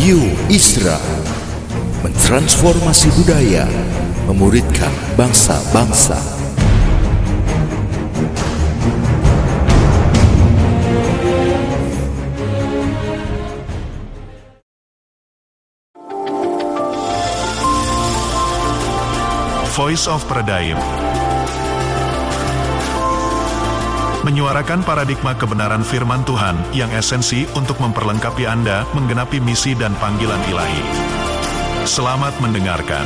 Radio Isra mentransformasi budaya, memuridkan bangsa-bangsa. Voice of Pradaim menyuarakan paradigma kebenaran firman Tuhan yang esensi untuk memperlengkapi Anda menggenapi misi dan panggilan ilahi. Selamat mendengarkan.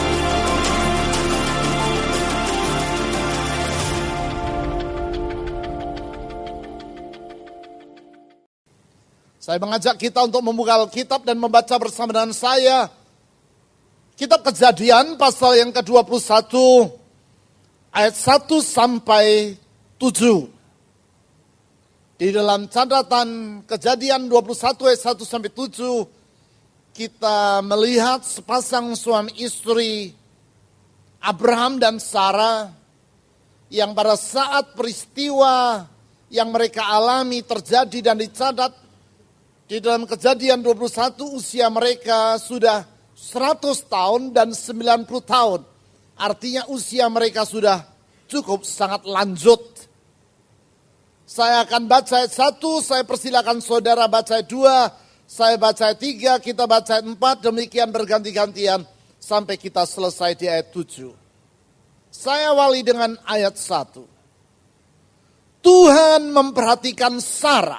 Saya mengajak kita untuk membuka Alkitab dan membaca bersama dengan saya Kitab Kejadian pasal yang ke-21 ayat 1 sampai 7. Di dalam catatan Kejadian 21 ayat 1 sampai 7 kita melihat sepasang suami istri Abraham dan Sarah yang pada saat peristiwa yang mereka alami terjadi dan dicatat di dalam Kejadian 21 usia mereka sudah 100 tahun dan 90 tahun. Artinya usia mereka sudah cukup sangat lanjut. Saya akan baca ayat 1, saya persilakan saudara baca ayat 2, saya baca ayat 3, kita baca ayat 4, demikian berganti-gantian sampai kita selesai di ayat 7. Saya awali dengan ayat 1. Tuhan memperhatikan Sarah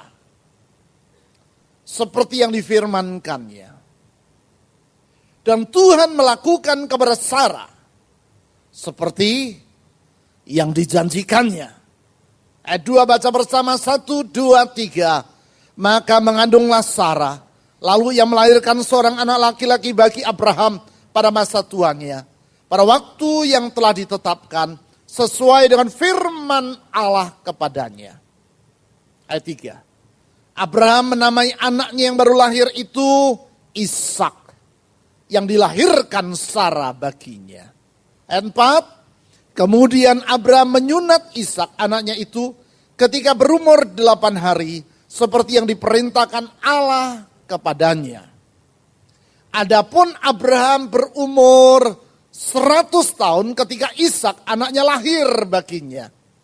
seperti yang difirmankannya. Dan Tuhan melakukan kepada Sarah seperti yang dijanjikannya. Ayat 2 baca bersama 1, 2, 3. Maka mengandunglah Sarah. Lalu ia melahirkan seorang anak laki-laki bagi Abraham pada masa tuanya. Pada waktu yang telah ditetapkan sesuai dengan firman Allah kepadanya. Ayat 3. Abraham menamai anaknya yang baru lahir itu Ishak, yang dilahirkan Sarah baginya. Ayat 4. Kemudian Abraham menyunat Ishak anaknya itu ketika berumur 8 hari seperti yang diperintahkan Allah kepadanya. Adapun Abraham berumur 100 tahun ketika Ishak anaknya lahir baginya.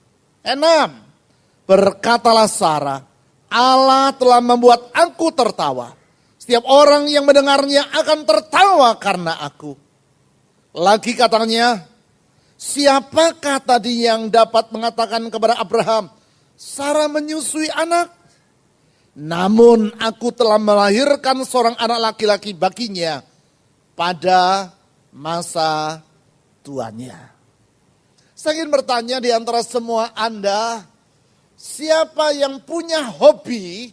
6. Berkatalah Sarah, Allah telah membuat aku tertawa. Setiap orang yang mendengarnya akan tertawa karena aku. Lagi katanya, siapakah tadi yang dapat mengatakan kepada Abraham, Sarah menyusui anak? Namun aku telah melahirkan seorang anak laki-laki baginya pada masa tuanya. Saya ingin bertanya di antara semua Anda, siapa yang punya hobi,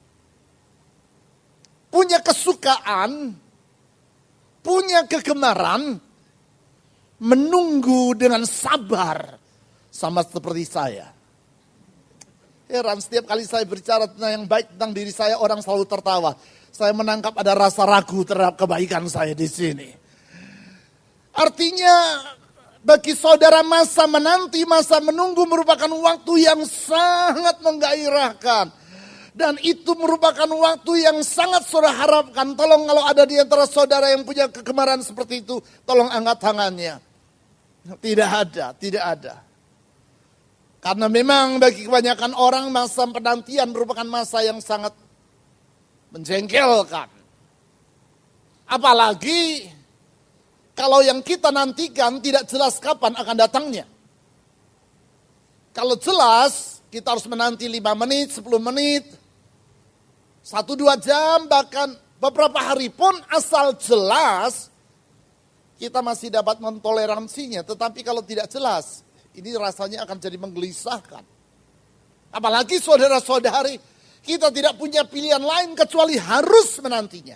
punya kesukaan, punya kegemaran, menunggu dengan sabar sama seperti saya. Heran, setiap kali saya berbicara tentang yang baik tentang diri saya, orang selalu tertawa. Saya menangkap ada rasa ragu terhadap kebaikan saya di sini. Artinya bagi saudara masa menanti, masa menunggu merupakan waktu yang sangat menggairahkan. Dan itu merupakan waktu yang sangat saudara harapkan. Tolong kalau ada di antara saudara yang punya kegemaran seperti itu, tolong angkat tangannya. Tidak ada. Karena memang bagi kebanyakan orang masa penantian merupakan masa yang sangat menjengkelkan. Apalagi kalau yang kita nantikan tidak jelas kapan akan datangnya. Kalau jelas kita harus menanti 5 menit, 10 menit, 1-2 jam, bahkan beberapa hari pun asal jelas kita masih dapat mentoleransinya, tetapi kalau tidak jelas, ini rasanya akan jadi menggelisahkan. Apalagi saudara-saudari, kita tidak punya pilihan lain kecuali harus menantinya.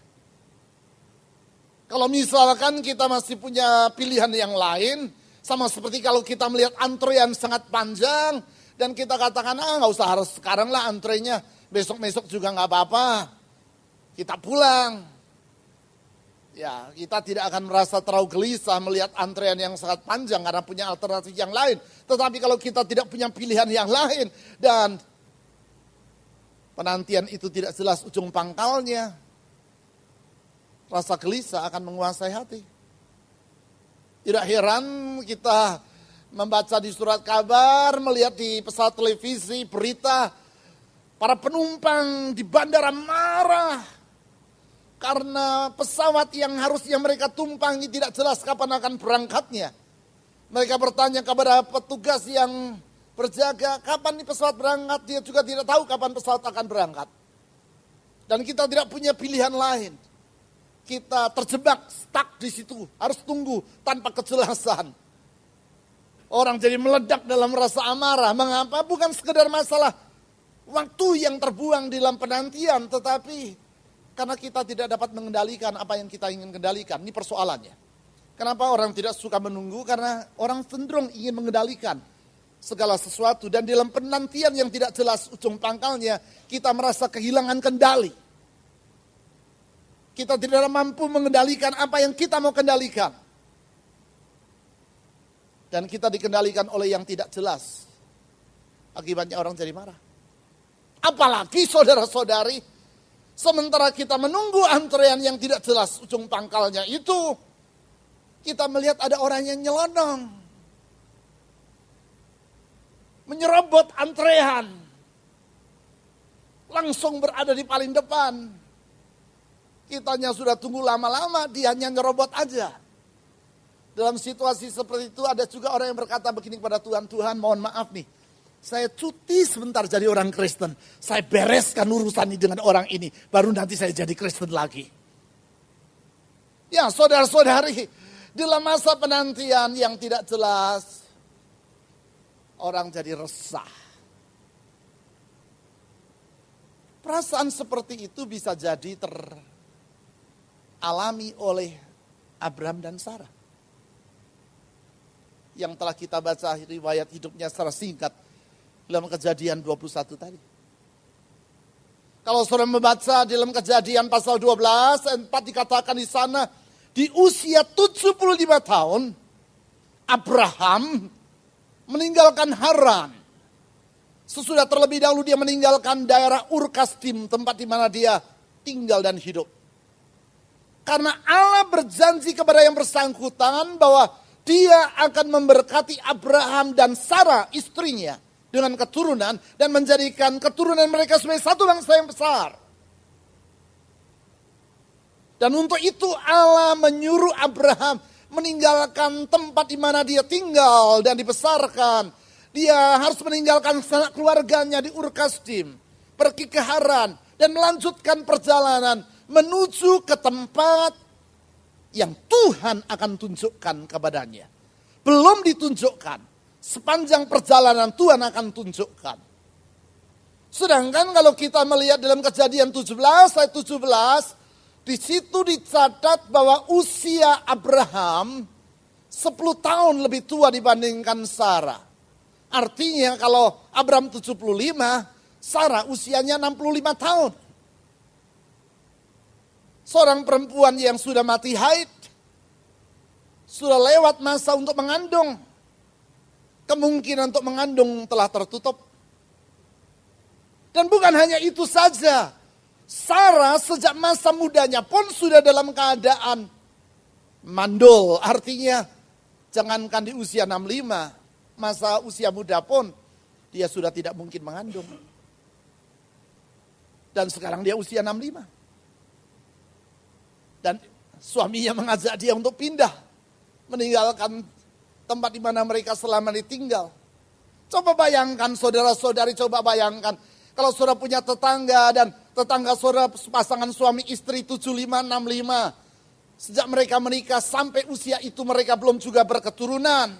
Kalau misalkan kita masih punya pilihan yang lain, sama seperti kalau kita melihat antrean sangat panjang, dan kita katakan, nggak usah harus sekarang lah antrenya, besok-besok juga nggak apa-apa, kita pulang. Ya, kita tidak akan merasa terlalu gelisah melihat antrean yang sangat panjang karena punya alternatif yang lain. Tetapi kalau kita tidak punya pilihan yang lain dan penantian itu tidak jelas ujung pangkalnya, rasa gelisah akan menguasai hati. Tidak heran kita membaca di surat kabar, melihat di pesawat televisi, berita, para penumpang di bandara marah karena pesawat yang harusnya mereka tumpangi tidak jelas kapan akan berangkatnya. Mereka bertanya kepada petugas yang berjaga, kapan nih pesawat berangkat? Dia juga tidak tahu kapan pesawat akan berangkat. Dan kita tidak punya pilihan lain. Kita terjebak, stuck di situ, harus tunggu tanpa kejelasan. Orang jadi meledak dalam rasa amarah. Mengapa? Bukan sekedar masalah waktu yang terbuang di dalam penantian, tetapi karena kita tidak dapat mengendalikan apa yang kita ingin kendalikan. Ini persoalannya. Kenapa orang tidak suka menunggu? Karena orang cenderung ingin mengendalikan segala sesuatu. Dan dalam penantian yang tidak jelas ujung pangkalnya, kita merasa kehilangan kendali. Kita tidak mampu mengendalikan apa yang kita mau kendalikan. Dan kita dikendalikan oleh yang tidak jelas. Akibatnya orang jadi marah. Apalagi saudara-saudari, sementara kita menunggu antrean yang tidak jelas ujung pangkalnya itu, kita melihat ada orang yang nyelonong. Menyerobot antrean. Langsung berada di paling depan. Kitanya sudah tunggu lama-lama, dia hanya nyerobot aja. Dalam situasi seperti itu ada juga orang yang berkata begini kepada Tuhan, Tuhan mohon maaf nih, saya cuti sebentar jadi orang Kristen. Saya bereskan urusan ini dengan orang ini, baru nanti saya jadi Kristen lagi. Ya saudara-saudari, dalam masa penantian yang tidak jelas, orang jadi resah. Perasaan seperti itu bisa jadi alami oleh Abraham dan Sarah. Yang telah kita baca riwayat hidupnya secara singkat dalam Kejadian 21 tadi. Kalau saudara membaca dalam Kejadian pasal 12, ayat 4 dikatakan di sana, di usia 75 tahun, Abraham meninggalkan Haran. Sesudah terlebih dahulu dia meninggalkan daerah Ur Kasdim, tempat di mana dia tinggal dan hidup. Karena Allah berjanji kepada yang bersangkutan bahwa dia akan memberkati Abraham dan Sarah istrinya dengan keturunan dan menjadikan keturunan mereka sebagai satu bangsa yang besar. Dan untuk itu Allah menyuruh Abraham meninggalkan tempat di mana dia tinggal dan dibesarkan. Dia harus meninggalkan sanak keluarganya di Ur Kasdim, pergi ke Haran dan melanjutkan perjalanan menuju ke tempat yang Tuhan akan tunjukkan kepadanya. Belum ditunjukkan, sepanjang perjalanan Tuhan akan tunjukkan. Sedangkan kalau kita melihat dalam Kejadian 17 ayat 17, di situ dicatat bahwa usia Abraham 10 tahun lebih tua dibandingkan Sarah. Artinya kalau Abraham 75, Sarah usianya 65 tahun. Seorang perempuan yang sudah mati haid, sudah lewat masa untuk mengandung. Kemungkinan untuk mengandung telah tertutup. Dan bukan hanya itu saja. Sarah sejak masa mudanya pun sudah dalam keadaan mandul. Artinya jangankan di usia 65, masa usia muda pun dia sudah tidak mungkin mengandung. Dan sekarang dia usia 65. Dan suaminya mengajak dia untuk pindah. Meninggalkan tempat di mana mereka selama ini tinggal. Coba bayangkan saudara-saudari, coba bayangkan. Kalau saudara punya tetangga dan tetangga saudara pasangan suami istri 75, 65. Sejak mereka menikah sampai usia itu mereka belum juga berketurunan.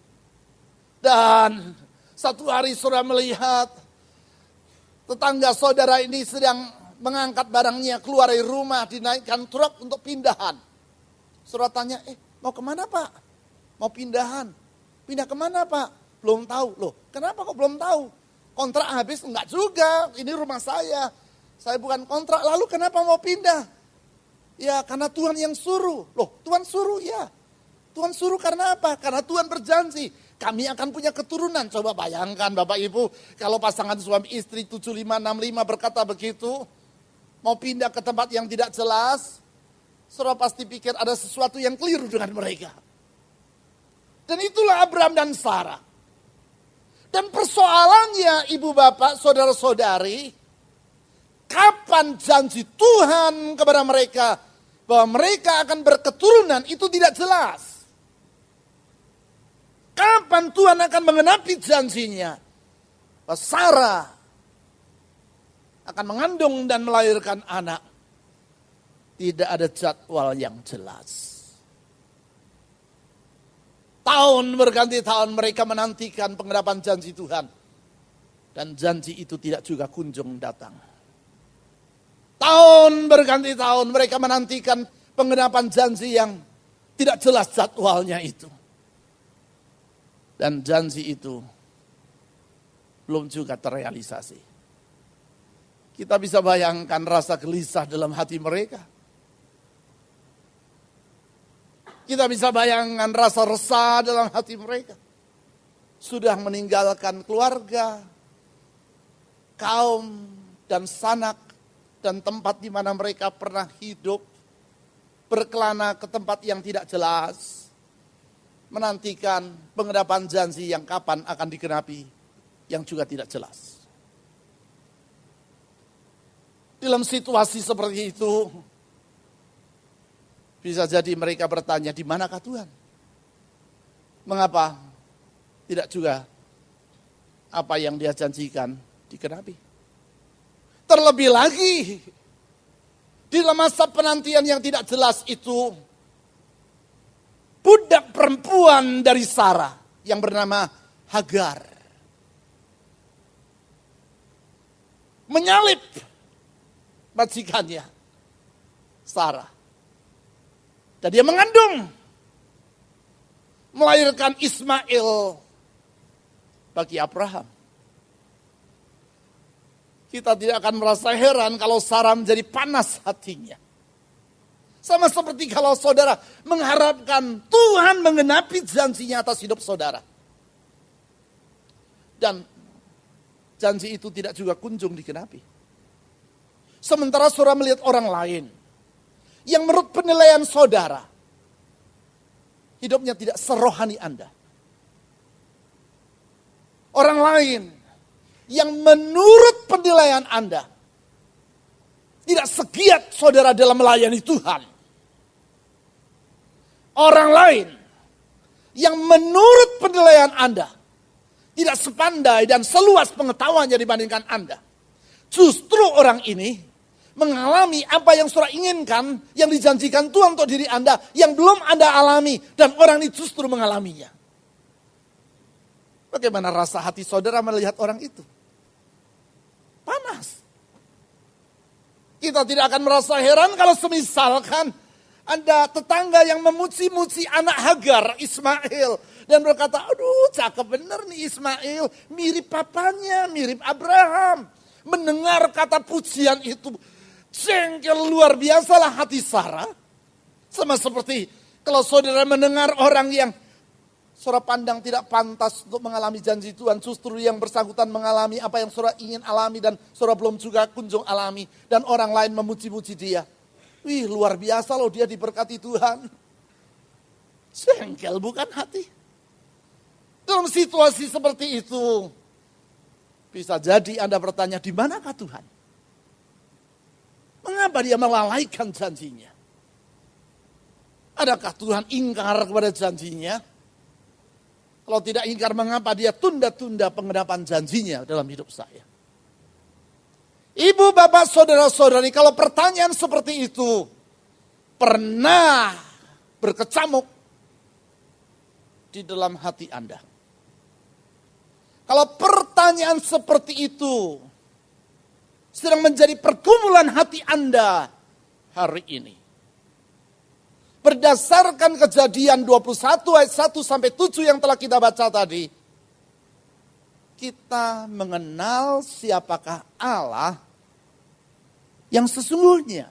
Dan satu hari saudara melihat tetangga saudara ini sedang mengangkat barangnya keluar dari rumah, dinaikkan truk untuk pindahan. Saudara tanya, mau kemana Pak? Mau pindahan. Pindah kemana Pak? Belum tahu. Loh, kenapa kok belum tahu? Kontrak habis? Enggak juga, ini rumah saya. Saya bukan kontrak, lalu kenapa mau pindah? Ya karena Tuhan yang suruh. Loh, Tuhan suruh ya. Tuhan suruh karena apa? Karena Tuhan berjanji, kami akan punya keturunan. Coba bayangkan Bapak Ibu, kalau pasangan suami istri 75, 65 berkata begitu, mau pindah ke tempat yang tidak jelas, Saudara pasti pikir ada sesuatu yang keliru dengan mereka. Dan itulah Abraham dan Sarah. Dan persoalannya ibu bapak, saudara-saudari, kapan janji Tuhan kepada mereka bahwa mereka akan berketurunan itu tidak jelas. Kapan Tuhan akan mengenapi janjinya bahwa Sarah akan mengandung dan melahirkan anak. Tidak ada jadwal yang jelas. Tahun berganti tahun mereka menantikan pengenapan janji Tuhan. Dan janji itu tidak juga kunjung datang. Tahun berganti tahun mereka menantikan pengenapan janji yang tidak jelas jadwalnya itu. Dan janji itu belum juga terrealisasi. Kita bisa bayangkan rasa gelisah dalam hati mereka. Kita bisa bayangkan rasa resah dalam hati mereka. Sudah meninggalkan keluarga, kaum dan sanak, dan tempat di mana mereka pernah hidup. Berkelana ke tempat yang tidak jelas. Menantikan pengenapan janji yang kapan akan digenapi, yang juga tidak jelas. Dalam situasi seperti itu, bisa jadi mereka bertanya, di manakah Tuhan? Mengapa tidak juga apa yang dia janjikan digenapi? Terlebih lagi, di dalam masa penantian yang tidak jelas itu, budak perempuan dari Sarah yang bernama Hagar menyalip majikannya Sarah. Dan dia mengandung, melahirkan Ismail bagi Abraham. Kita tidak akan merasa heran kalau Sarah menjadi panas hatinya. Sama seperti kalau saudara mengharapkan Tuhan mengenapi janjinya atas hidup saudara. Dan janji itu tidak juga kunjung digenapi. Sementara saudara melihat orang lain yang menurut penilaian saudara, hidupnya tidak serohani Anda. Orang lain yang menurut penilaian Anda, tidak segiat saudara dalam melayani Tuhan. Orang lain yang menurut penilaian Anda, tidak sepandai dan seluas pengetahuannya dibandingkan Anda. Justru orang ini mengalami apa yang saudara inginkan, yang dijanjikan Tuhan untuk diri Anda, yang belum Anda alami, dan orang ini justru mengalaminya. Bagaimana rasa hati saudara melihat orang itu? Panas. Kita tidak akan merasa heran kalau semisalkan ada tetangga yang memuji-muji anak Hagar, Ismail, dan berkata, aduh cakep bener nih Ismail, mirip papanya, mirip Abraham. Mendengar kata pujian itu, jengkel luar biasalah hati Sarah. Sama seperti kalau saudara mendengar orang yang saudara pandang tidak pantas untuk mengalami janji Tuhan. Justru yang bersangkutan mengalami apa yang saudara ingin alami dan saudara belum juga kunjung alami. Dan orang lain memuji-muji dia. Wih luar biasa loh dia diberkati Tuhan. Jengkel bukan hati. Dalam situasi seperti itu, bisa jadi Anda bertanya, di manakah Tuhan? Mengapa dia melalaikan janjinya? Adakah Tuhan ingkar kepada janjinya? Kalau tidak ingkar, mengapa dia tunda-tunda pengenapan janjinya dalam hidup saya? Ibu, bapak, saudara-saudari, kalau pertanyaan seperti itu pernah berkecamuk di dalam hati Anda. Kalau pertanyaan seperti itu sedang menjadi pergumulan hati Anda hari ini. Berdasarkan Kejadian 21 ayat 1 sampai 7 yang telah kita baca tadi, kita mengenal siapakah Allah yang sesungguhnya.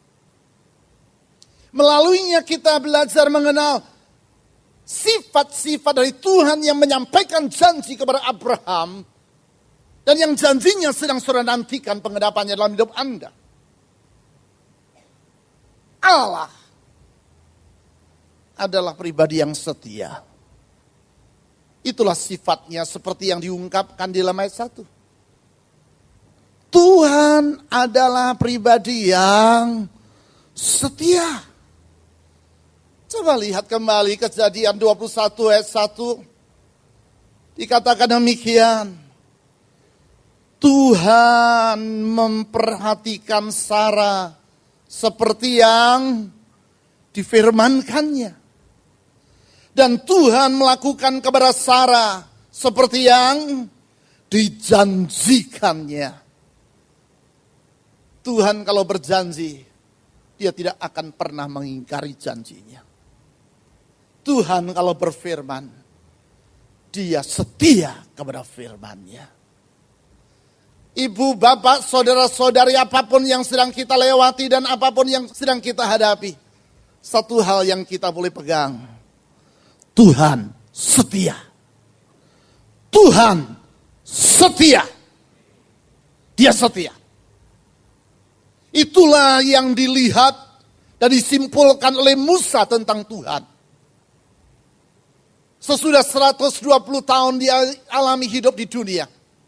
Melaluinya kita belajar mengenal sifat-sifat dari Tuhan yang menyampaikan janji kepada Abraham. Dan yang janjinya sedang saudara nantikan pengenapannya dalam hidup Anda. Allah adalah pribadi yang setia. Itulah sifatnya seperti yang diungkapkan di dalam ayat 1. Tuhan adalah pribadi yang setia. Coba lihat kembali Kejadian 21 ayat 1. Dikatakan demikian. Tuhan memperhatikan Sarah seperti yang difirmankannya. Dan Tuhan melakukan kepada Sarah seperti yang dijanjikannya. Tuhan kalau berjanji, dia tidak akan pernah mengingkari janjinya. Tuhan kalau berfirman, dia setia kepada firman-Nya. Ibu, bapak, saudara-saudari, apapun yang sedang kita lewati dan apapun yang sedang kita hadapi. Satu hal yang kita boleh pegang. Tuhan setia. Tuhan setia. Dia setia. Itulah yang dilihat dan disimpulkan oleh Musa tentang Tuhan. Sesudah 120 tahun dia alami hidup di dunia.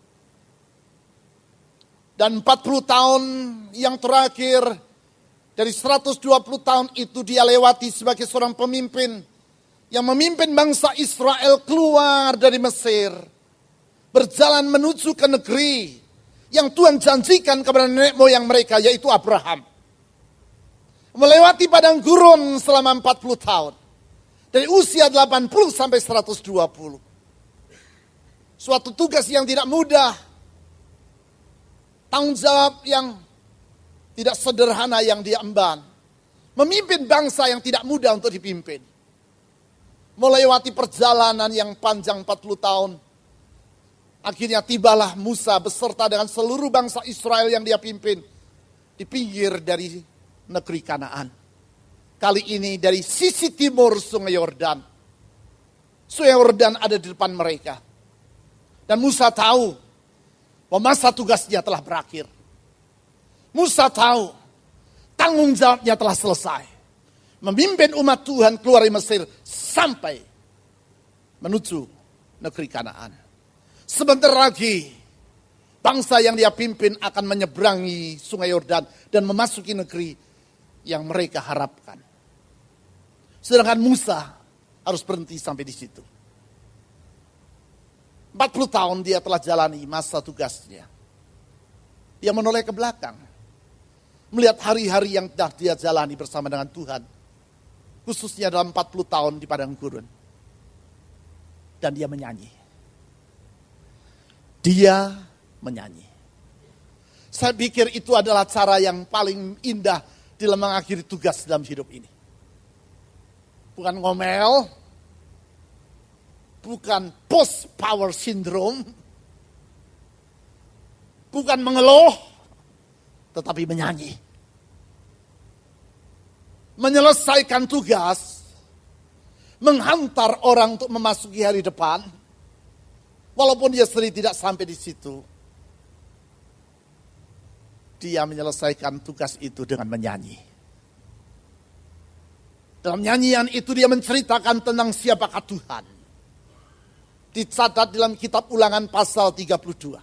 Dan 40 tahun yang terakhir dari 120 tahun itu dia lewati sebagai seorang pemimpin yang memimpin bangsa Israel keluar dari Mesir. Berjalan menuju ke negeri yang Tuhan janjikan kepada nenek moyang mereka, yaitu Abraham. Melewati padang gurun selama 40 tahun. Dari usia 80 sampai 120. Suatu tugas yang tidak mudah. Tanggung jawab yang tidak sederhana yang dia emban. Memimpin bangsa yang tidak mudah untuk dipimpin. Melewati perjalanan yang panjang 40 tahun. Akhirnya tibalah Musa beserta dengan seluruh bangsa Israel yang dia pimpin. Di pinggir dari negeri Kanaan. Kali ini dari sisi timur Sungai Yordan. Sungai Yordan ada di depan mereka. Dan Musa tahu bahwa masa tugasnya telah berakhir. Musa tahu tanggung jawabnya telah selesai. Memimpin umat Tuhan keluar dari Mesir sampai menuju negeri Kanaan. Sebentar lagi bangsa yang dia pimpin akan menyeberangi Sungai Yordan dan memasuki negeri yang mereka harapkan. Sedangkan Musa harus berhenti sampai di situ. 40 tahun dia telah jalani masa tugasnya. Dia menoleh ke belakang. Melihat hari-hari yang telah dia jalani bersama dengan Tuhan. Khususnya dalam 40 tahun di padang gurun. Dan dia menyanyi. Dia menyanyi. Saya pikir itu adalah cara yang paling indah dalam mengakhiri tugas dalam hidup ini. Bukan ngomel. Bukan post power syndrome. Bukan mengeluh. Tetapi menyanyi. Menyelesaikan tugas. Menghantar orang untuk memasuki hari depan. Walaupun dia sendiri tidak sampai di situ. Dia menyelesaikan tugas itu dengan menyanyi. Dalam nyanyian itu dia menceritakan tentang siapakah Tuhan. Dicatat dalam kitab Ulangan pasal 32.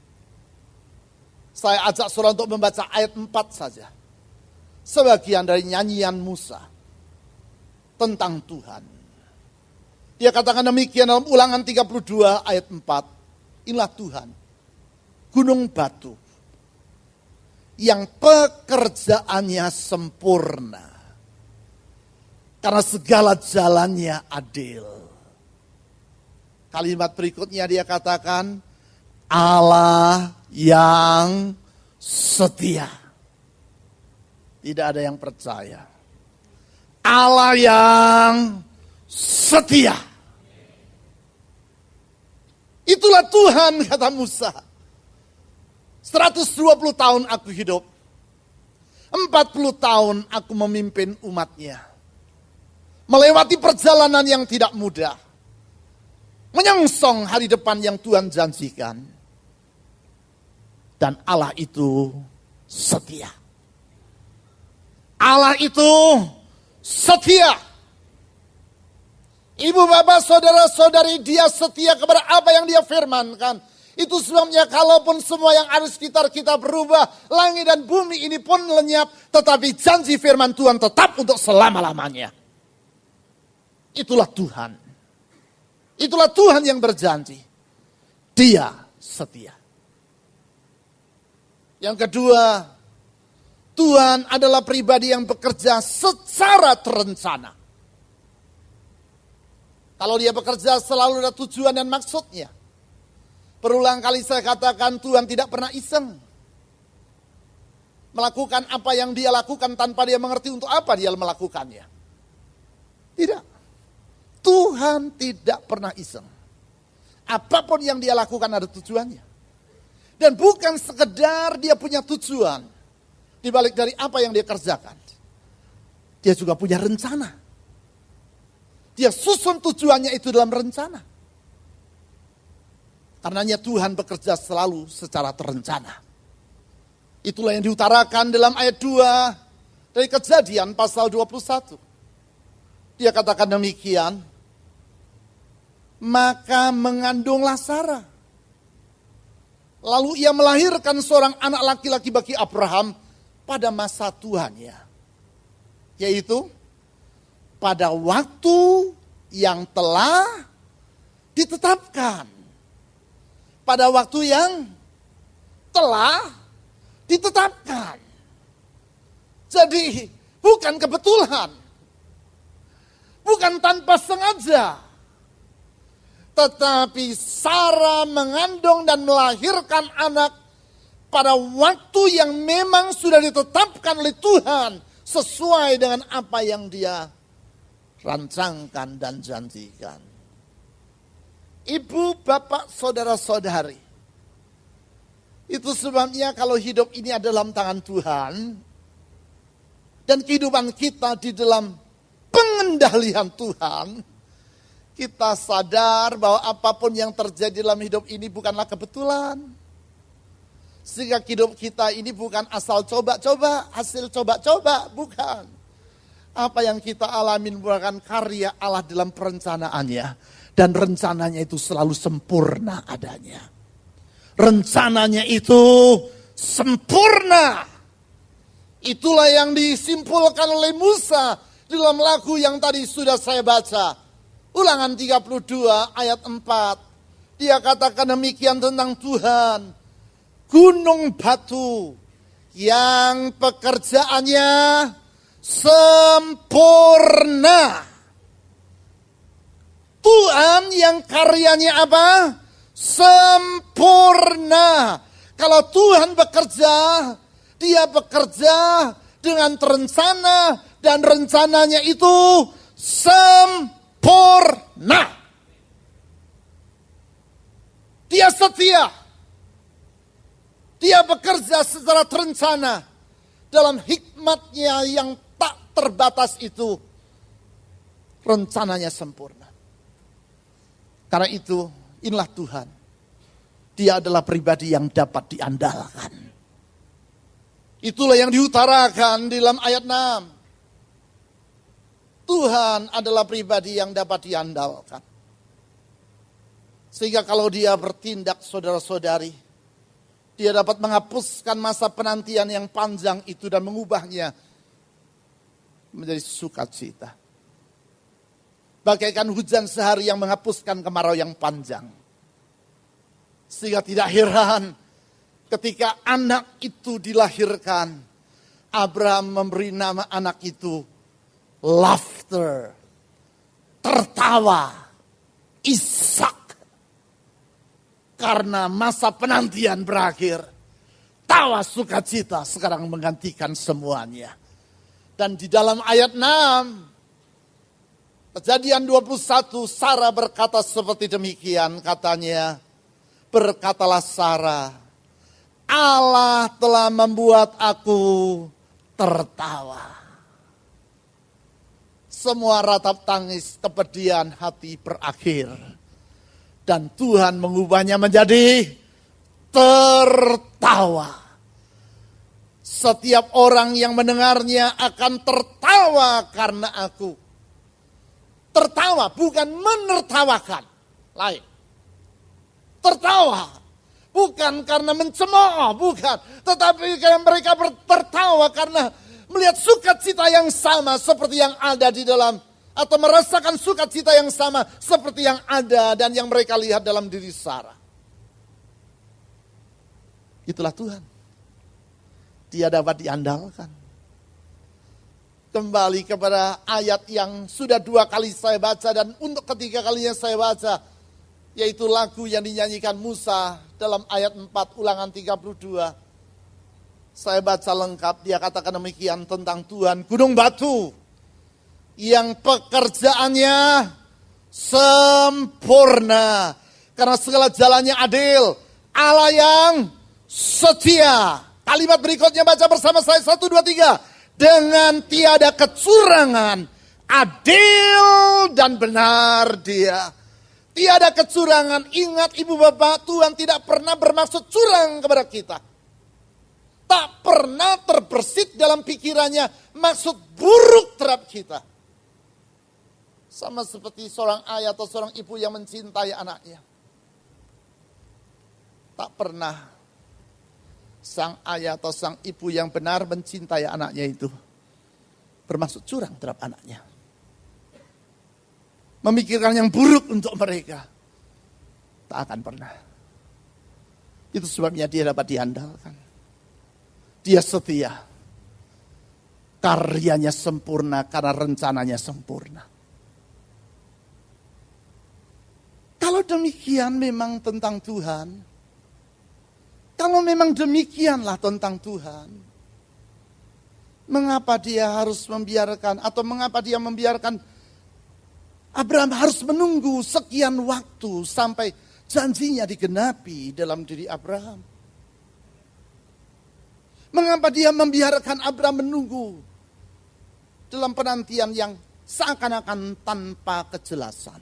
Saya ajak saudara untuk membaca ayat 4 saja. Sebagian dari nyanyian Musa tentang Tuhan. Dia katakan demikian dalam Ulangan 32 ayat 4. Inilah Tuhan, gunung batu, yang pekerjaannya sempurna. Karena segala jalannya adil. Kalimat berikutnya dia katakan, Allah yang setia. Tidak ada yang percaya. Allah yang setia. Itulah Tuhan, kata Musa. 120 tahun aku hidup. 40 tahun aku memimpin umatnya. Melewati perjalanan yang tidak mudah. Menyongsong hari depan yang Tuhan janjikan. Dan Allah itu setia. Allah itu setia. Ibu, bapak, saudara-saudari, dia setia kepada apa yang dia firmankan. Itu sebabnya kalaupun semua yang ada di sekitar kita berubah, langit dan bumi ini pun lenyap, tetapi janji firman Tuhan tetap untuk selama-lamanya. Itulah Tuhan. Itulah Tuhan yang berjanji. Dia setia. Yang kedua, Tuhan adalah pribadi yang bekerja secara terencana. Kalau dia bekerja selalu ada tujuan dan maksudnya. Berulang kali saya katakan Tuhan tidak pernah iseng. Melakukan apa yang dia lakukan tanpa dia mengerti untuk apa dia melakukannya. Tidak. Tuhan tidak pernah iseng. Apapun yang dia lakukan ada tujuannya. Dan bukan sekedar dia punya tujuan. Dibalik dari apa yang dia kerjakan. Dia juga punya rencana. Dia susun tujuannya itu dalam rencana. Karenanya Tuhan bekerja selalu secara terencana. Itulah yang diutarakan dalam ayat 2 dari Kejadian pasal 21. Dia katakan demikian, maka mengandunglah Sarah. Lalu ia melahirkan seorang anak laki-laki bagi Abraham pada masa tuannya. Yaitu pada waktu yang telah ditetapkan. Pada waktu yang telah ditetapkan. Jadi bukan kebetulan. Bukan tanpa sengaja. Tetapi Sarah mengandung dan melahirkan anak pada waktu yang memang sudah ditetapkan oleh Tuhan. Sesuai dengan apa yang dia rancangkan dan janjikan. Ibu, bapak, saudara-saudari. Itu sebabnya kalau hidup ini ada dalam tangan Tuhan. Dan kehidupan kita di dalam pengendalian Tuhan. Kita sadar bahwa apapun yang terjadi dalam hidup ini bukanlah kebetulan. Sehingga hidup kita ini bukan asal coba-coba, hasil coba-coba, bukan. Apa yang kita alami merupakan karya Allah dalam perencanaannya. Dan rencananya itu selalu sempurna adanya. Rencananya itu sempurna. Itulah yang disimpulkan oleh Musa dalam lagu yang tadi sudah saya baca. Ulangan 32 ayat 4. Dia katakan demikian tentang Tuhan. Gunung batu yang pekerjaannya sempurna. Tuhan yang karyanya apa? Sempurna. Kalau Tuhan bekerja, dia bekerja dengan terencana dan rencananya itu sempurna. Dia setia. Dia bekerja secara terencana dalam hikmatnya yang tak terbatas itu. Rencananya sempurna. Karena itu, inilah Tuhan. Dia adalah pribadi yang dapat diandalkan. Itulah yang diutarakan di dalam ayat 6. Tuhan adalah pribadi yang dapat diandalkan. Sehingga kalau dia bertindak, saudara-saudari, dia dapat menghapuskan masa penantian yang panjang itu dan mengubahnya menjadi sukacita. Bagaikan hujan sehari yang menghapuskan kemarau yang panjang. Sehingga tidak heran ketika anak itu dilahirkan. Abraham memberi nama anak itu laughter. Tertawa. Ishak. Karena masa penantian berakhir. Tawa sukacita sekarang menggantikan semuanya. Dan di dalam ayat 6. Kejadian 21, Sarah berkata seperti demikian, katanya, berkatalah Sarah, Allah telah membuat aku tertawa. Semua ratap tangis, kepedihan hati berakhir. Dan Tuhan mengubahnya menjadi tertawa. Setiap orang yang mendengarnya akan tertawa karena aku. tertawa, bukan menertawakan. Lain. Tertawa, bukan karena mencemooh, bukan. Tetapi mereka tertawa karena melihat sukacita yang sama seperti yang ada di dalam, atau merasakan sukacita yang sama seperti yang ada dan yang mereka lihat dalam diri Sarah. Itulah Tuhan. Dia dapat diandalkan. Kembali kepada ayat yang sudah 2 kali saya baca dan untuk ketiga kalinya saya baca, yaitu lagu yang dinyanyikan Musa dalam ayat 4 Ulangan 32. Saya baca lengkap, dia katakan demikian tentang Tuhan, gunung batu yang pekerjaannya sempurna karena segala jalannya adil, Allah yang setia. Kalimat berikutnya baca bersama saya, 1, 2, 3. Dengan tiada kecurangan, adil dan benar dia. Tiada kecurangan. Ingat ibu bapak, Tuhan tidak pernah bermaksud curang kepada kita. Tak pernah terbersit dalam pikirannya maksud buruk terhadap kita. Sama seperti seorang ayah atau seorang ibu yang mencintai anaknya. Tak pernah sang ayah atau sang ibu yang benar mencintai anaknya itu bermaksud curang terhadap anaknya. Memikirkan yang buruk untuk mereka. Tak akan pernah. Itu sebabnya dia dapat diandalkan. Dia setia. Karyanya sempurna karena rencananya sempurna. Kalau demikian memang tentang Tuhan. Kalau memang demikianlah tentang Tuhan. Mengapa dia harus membiarkan atau mengapa dia membiarkan Abraham harus menunggu sekian waktu sampai janjinya digenapi dalam diri Abraham. Mengapa dia membiarkan Abraham menunggu dalam penantian yang seakan-akan tanpa kejelasan.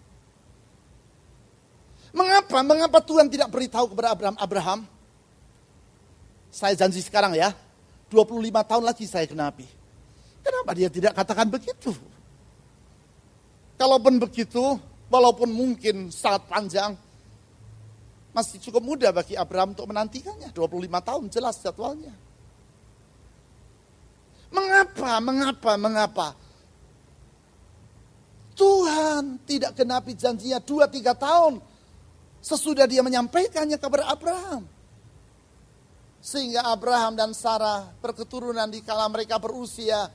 Mengapa Tuhan tidak beritahu kepada Abraham, saya janji sekarang ya, 25 tahun lagi saya genapi. Kenapa dia tidak katakan begitu? Kalaupun begitu, walaupun mungkin sangat panjang, masih cukup mudah bagi Abraham untuk menantikannya. 25 tahun jelas jadwalnya. Mengapa? Tuhan tidak genapi janjinya 2-3 tahun sesudah dia menyampaikannya kepada Abraham. Sehingga Abraham dan Sarah berketurunan di kala mereka berusia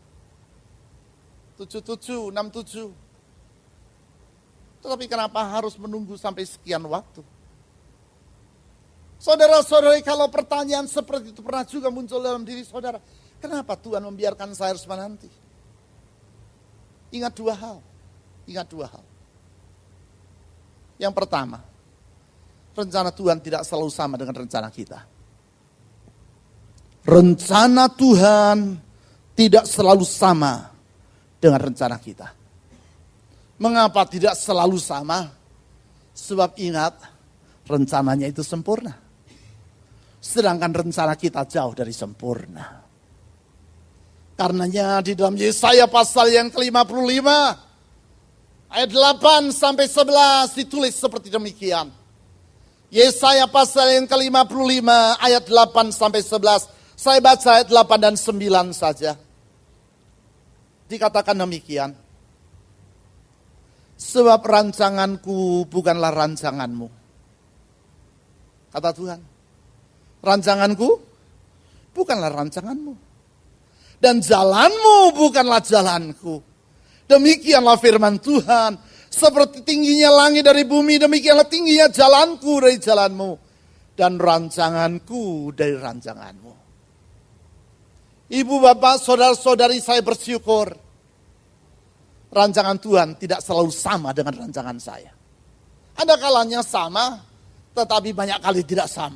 67, 67. Tetapi kenapa harus menunggu sampai sekian waktu? Saudara-saudari, kalau pertanyaan seperti itu pernah juga muncul dalam diri saudara. Kenapa Tuhan membiarkan saya harus menanti? Ingat dua hal. Yang pertama, rencana Tuhan tidak selalu sama dengan rencana kita. Rencana Tuhan tidak selalu sama dengan rencana kita. Mengapa tidak selalu sama? Sebab ingat, rencananya itu sempurna. Sedangkan rencana kita jauh dari sempurna. Karenanya di dalam Yesaya pasal yang ke-55, ayat 8 sampai 11 ditulis seperti demikian. Yesaya pasal yang ke-55, ayat 8 sampai 11. Saya baca ayat 8 dan 9 saja. Dikatakan demikian. Sebab rancanganku bukanlah rancanganmu. Kata Tuhan. Rancanganku bukanlah rancanganmu. Dan jalanmu bukanlah jalanku. Demikianlah firman Tuhan. Seperti tingginya langit dari bumi, demikianlah tingginya jalanku dari jalanmu. Dan rancanganku dari rancanganmu. Ibu, bapak, saudara-saudari, saya bersyukur. Rancangan Tuhan tidak selalu sama dengan rancangan saya. Ada kalanya sama, tetapi banyak kali tidak sama.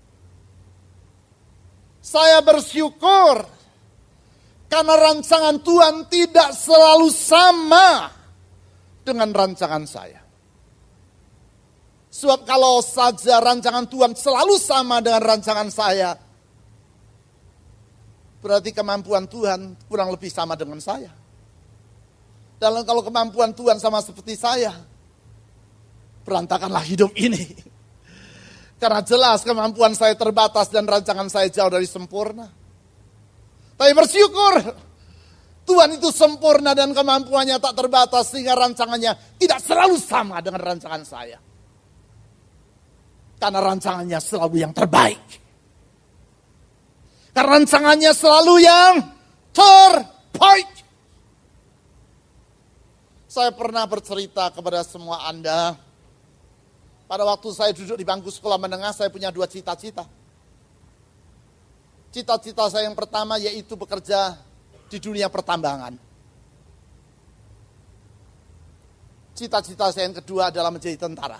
Saya bersyukur karena rancangan Tuhan tidak selalu sama dengan rancangan saya. Sebab kalau saja rancangan Tuhan selalu sama dengan rancangan saya, berarti kemampuan Tuhan kurang lebih sama dengan saya. Dan kalau kemampuan Tuhan sama seperti saya, berantakanlah hidup ini. Karena jelas kemampuan saya terbatas dan rancangan saya jauh dari sempurna. Tapi bersyukur, Tuhan itu sempurna dan kemampuannya tak terbatas sehingga rancangannya tidak selalu sama dengan rancangan saya. Karena rancangannya selalu yang terbaik. Karena rancangannya selalu yang terbaik. Saya pernah bercerita kepada semua Anda, pada waktu saya duduk di bangku sekolah menengah, saya punya 2 cita-cita. Cita-cita saya yang pertama yaitu bekerja di dunia pertambangan. Cita-cita saya yang kedua adalah menjadi tentara.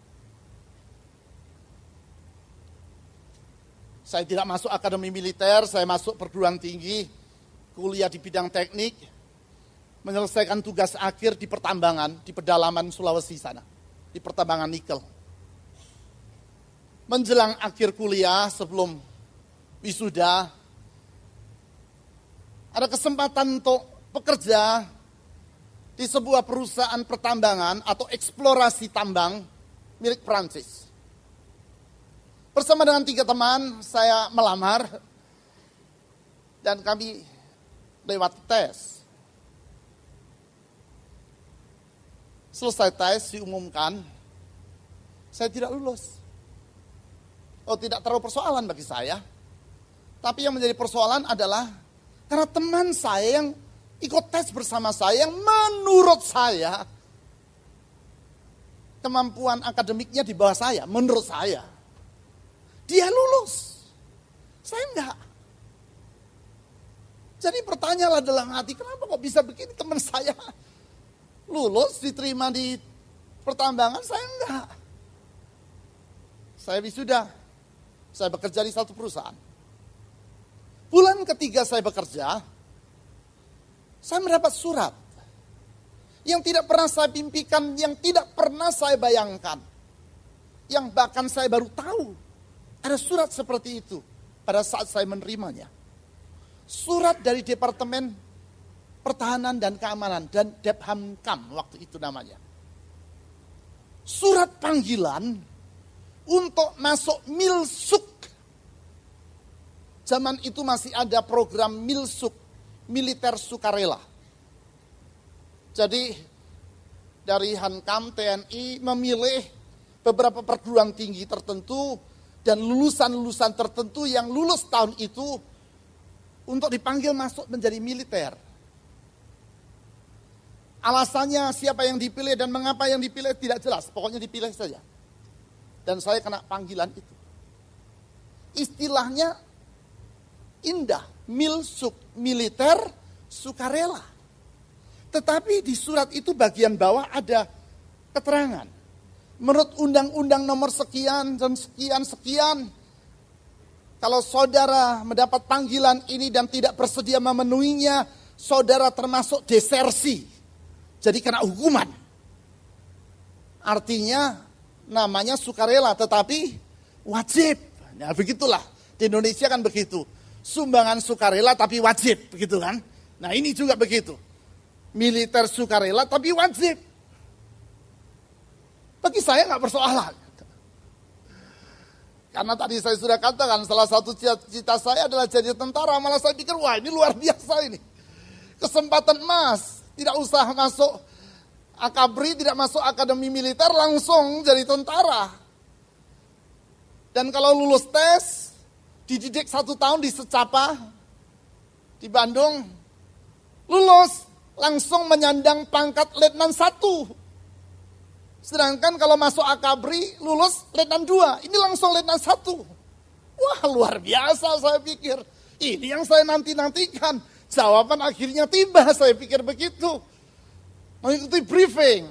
Saya tidak masuk akademi militer, saya masuk perguruan tinggi, kuliah di bidang teknik, menyelesaikan tugas akhir di pertambangan, di pedalaman Sulawesi sana, di pertambangan nikel. Menjelang akhir kuliah sebelum wisuda, ada kesempatan untuk bekerja di sebuah perusahaan pertambangan atau eksplorasi tambang milik Prancis. Bersama dengan 3 teman, saya melamar dan kami lewat tes. Selesai tes diumumkan, saya tidak lulus. Oh, tidak terlalu persoalan bagi saya. Tapi yang menjadi persoalan adalah karena teman saya yang ikut tes bersama saya, yang menurut saya kemampuan akademiknya di bawah saya, menurut saya. Dia lulus, saya enggak. Jadi pertanyaanlah dalam hati, kenapa kok bisa begini teman saya? Lulus, diterima di pertambangan, saya enggak. Saya wisuda, saya bekerja di satu perusahaan. Bulan ketiga saya bekerja, saya mendapat surat yang tidak pernah saya mimpikan, yang tidak pernah saya bayangkan. Yang bahkan saya baru tahu ada surat seperti itu pada saat saya menerimanya. Surat dari Departemen Pertahanan dan Keamanan dan Dephamkam waktu itu namanya. Surat panggilan untuk masuk Milsuk. Zaman itu masih ada program Milsuk, militer sukarela. Jadi dari Hankam TNI memilih beberapa perguruan tinggi tertentu dan lulusan-lulusan tertentu yang lulus tahun itu untuk dipanggil masuk menjadi militer. Alasannya siapa yang dipilih dan mengapa yang dipilih tidak jelas. Pokoknya dipilih saja. Dan saya kena panggilan itu. Istilahnya indah. Milsuk, militer, sukarela. Tetapi di surat itu bagian bawah ada keterangan. Menurut undang-undang nomor sekian dan sekian. Kalau saudara mendapat panggilan ini dan tidak bersedia memenuhinya, saudara termasuk desersi. Jadi kena hukuman. Artinya namanya sukarela tetapi wajib. Nah begitulah. Di Indonesia kan begitu. Sumbangan sukarela tapi wajib. Begitu kan. Nah ini juga begitu. Militer sukarela tapi wajib. Bagi saya nggak persoalan. Karena tadi saya sudah katakan salah satu cita-cita saya adalah jadi tentara. Malah saya pikir wah ini luar biasa ini. Kesempatan emas. Tidak usah masuk akabri, tidak masuk akademi militer, langsung jadi tentara. Dan kalau lulus tes, dididik 1 tahun di Secapa, di Bandung, lulus, langsung menyandang pangkat Letnan 1. Sedangkan kalau masuk akabri, lulus Letnan 2, ini langsung Letnan 1. Wah luar biasa saya pikir, ini yang saya nanti-nantikan. Jawaban akhirnya tiba, saya pikir begitu. Mengikuti briefing.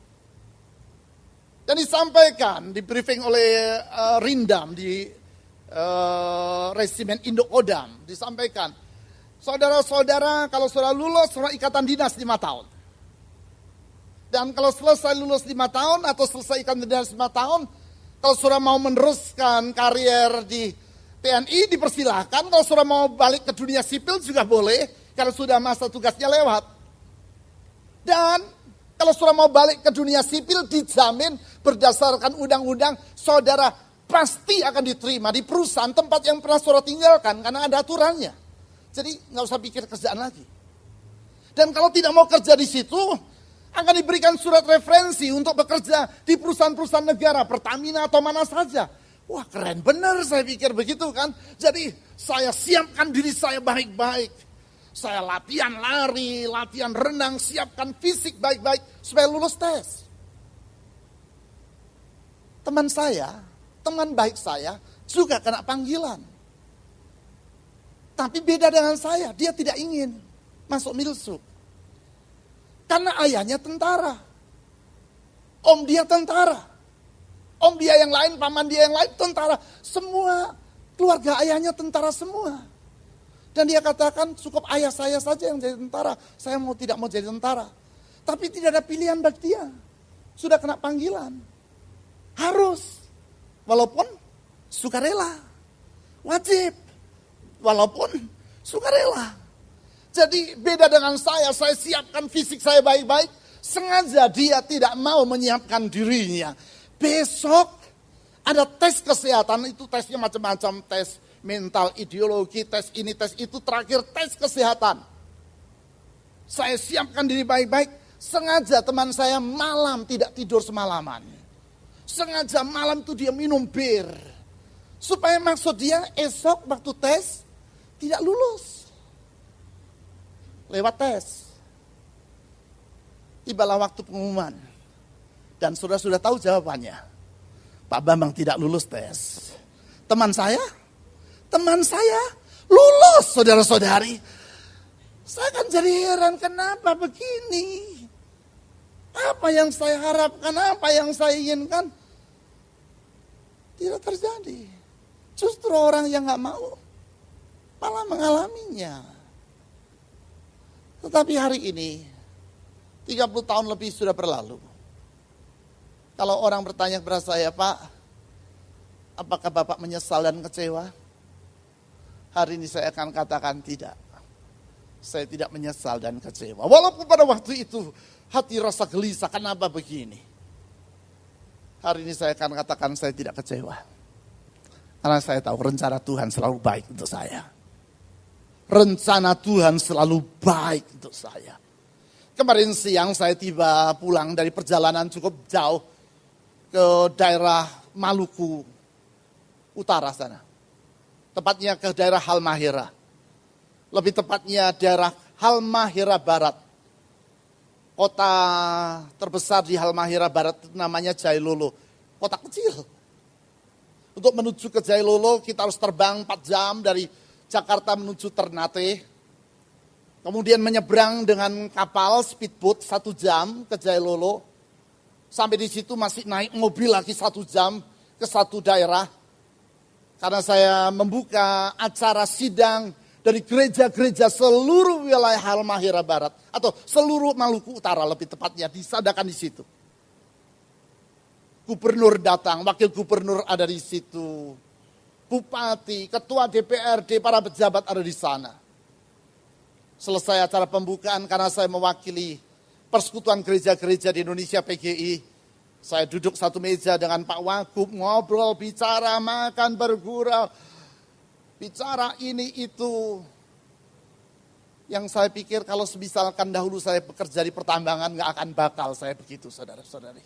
Dan disampaikan, di briefing oleh Rindam di Resimen Indo-Kodam. Disampaikan, saudara-saudara kalau sudah lulus, sudah ikatan dinas 5 tahun. Dan kalau selesai lulus 5 tahun atau selesai ikatan dinas 5 tahun, kalau sudah mau meneruskan karier di TNI dipersilahkan, kalau sudah mau balik ke dunia sipil juga boleh, kalau sudah masa tugasnya lewat. Dan kalau saudara mau balik ke dunia sipil, dijamin berdasarkan undang-undang, saudara pasti akan diterima di perusahaan tempat yang pernah saudara tinggalkan, karena ada aturannya. Jadi nggak usah pikir kerjaan lagi. Dan kalau tidak mau kerja di situ, akan diberikan surat referensi untuk bekerja di perusahaan-perusahaan negara, Pertamina atau mana saja. Wah, keren bener, saya pikir begitu kan. Jadi saya siapkan diri saya baik-baik. Saya latihan lari, latihan renang, siapkan fisik baik-baik supaya lulus tes. Teman saya, teman baik saya juga kena panggilan. Tapi beda dengan saya, dia tidak ingin masuk Milsub. Karena ayahnya tentara. Om dia tentara. Om dia yang lain, paman dia yang lain tentara. Semua keluarga ayahnya tentara semua. Dan dia katakan cukup ayah saya saja yang jadi tentara. Saya tidak mau jadi tentara. Tapi tidak ada pilihan bagi dia. Sudah kena panggilan. Harus. Walaupun sukarela. Wajib. Walaupun sukarela. Jadi beda dengan saya siapkan fisik saya baik-baik. Sengaja dia tidak mau menyiapkan dirinya. Besok ada tes kesehatan, itu tesnya macam-macam, tes mental, ideologi, tes ini, tes itu, terakhir tes kesehatan. Saya siapkan diri baik-baik, sengaja teman saya malam tidak tidur semalaman. Sengaja malam itu dia minum bir. Supaya maksud dia esok waktu tes tidak lulus. Lewat tes. Tibalah waktu pengumuman. Dan sudah tahu jawabannya. Pak Bambang tidak lulus tes. Teman saya lulus, saudara-saudari. Saya kan jadi heran, kenapa begini? Apa yang saya harapkan, apa yang saya inginkan, tidak terjadi. Justru orang yang gak mau, malah mengalaminya. Tetapi hari ini, 30 tahun lebih sudah berlalu. Kalau orang bertanya kepada saya, Pak, apakah Bapak menyesal dan kecewa? Hari ini saya akan katakan tidak. Saya tidak menyesal dan kecewa. Walaupun pada waktu itu hati rasa gelisah, kenapa begini? Hari ini saya akan katakan saya tidak kecewa. Karena saya tahu rencana Tuhan selalu baik untuk saya. Rencana Tuhan selalu baik untuk saya. Kemarin siang saya tiba pulang dari perjalanan cukup jauh ke daerah Maluku Utara sana. Tepatnya ke daerah Halmahera. Lebih tepatnya daerah Halmahera Barat. Kota terbesar di Halmahera Barat itu namanya Jailolo. Kota kecil. Untuk menuju ke Jailolo kita harus terbang 4 jam dari Jakarta menuju Ternate. Kemudian menyeberang dengan kapal speedboat 1 jam ke Jailolo. Sampai di situ masih naik mobil lagi 1 jam ke satu daerah. Karena saya membuka acara sidang dari gereja-gereja seluruh wilayah Halmahera Barat. Atau seluruh Maluku Utara lebih tepatnya disadakan di situ. Gubernur datang, wakil gubernur ada di situ. Bupati, ketua DPRD, para pejabat ada di sana. Selesai acara pembukaan karena saya mewakili Persekutuan Gereja-Gereja di Indonesia PGI. Saya duduk satu meja dengan Pak Wagub, ngobrol, bicara, makan, bergurau. Bicara ini itu. Yang saya pikir kalau misalkan dahulu saya bekerja di pertambangan gak akan bakal saya begitu, saudara-saudari.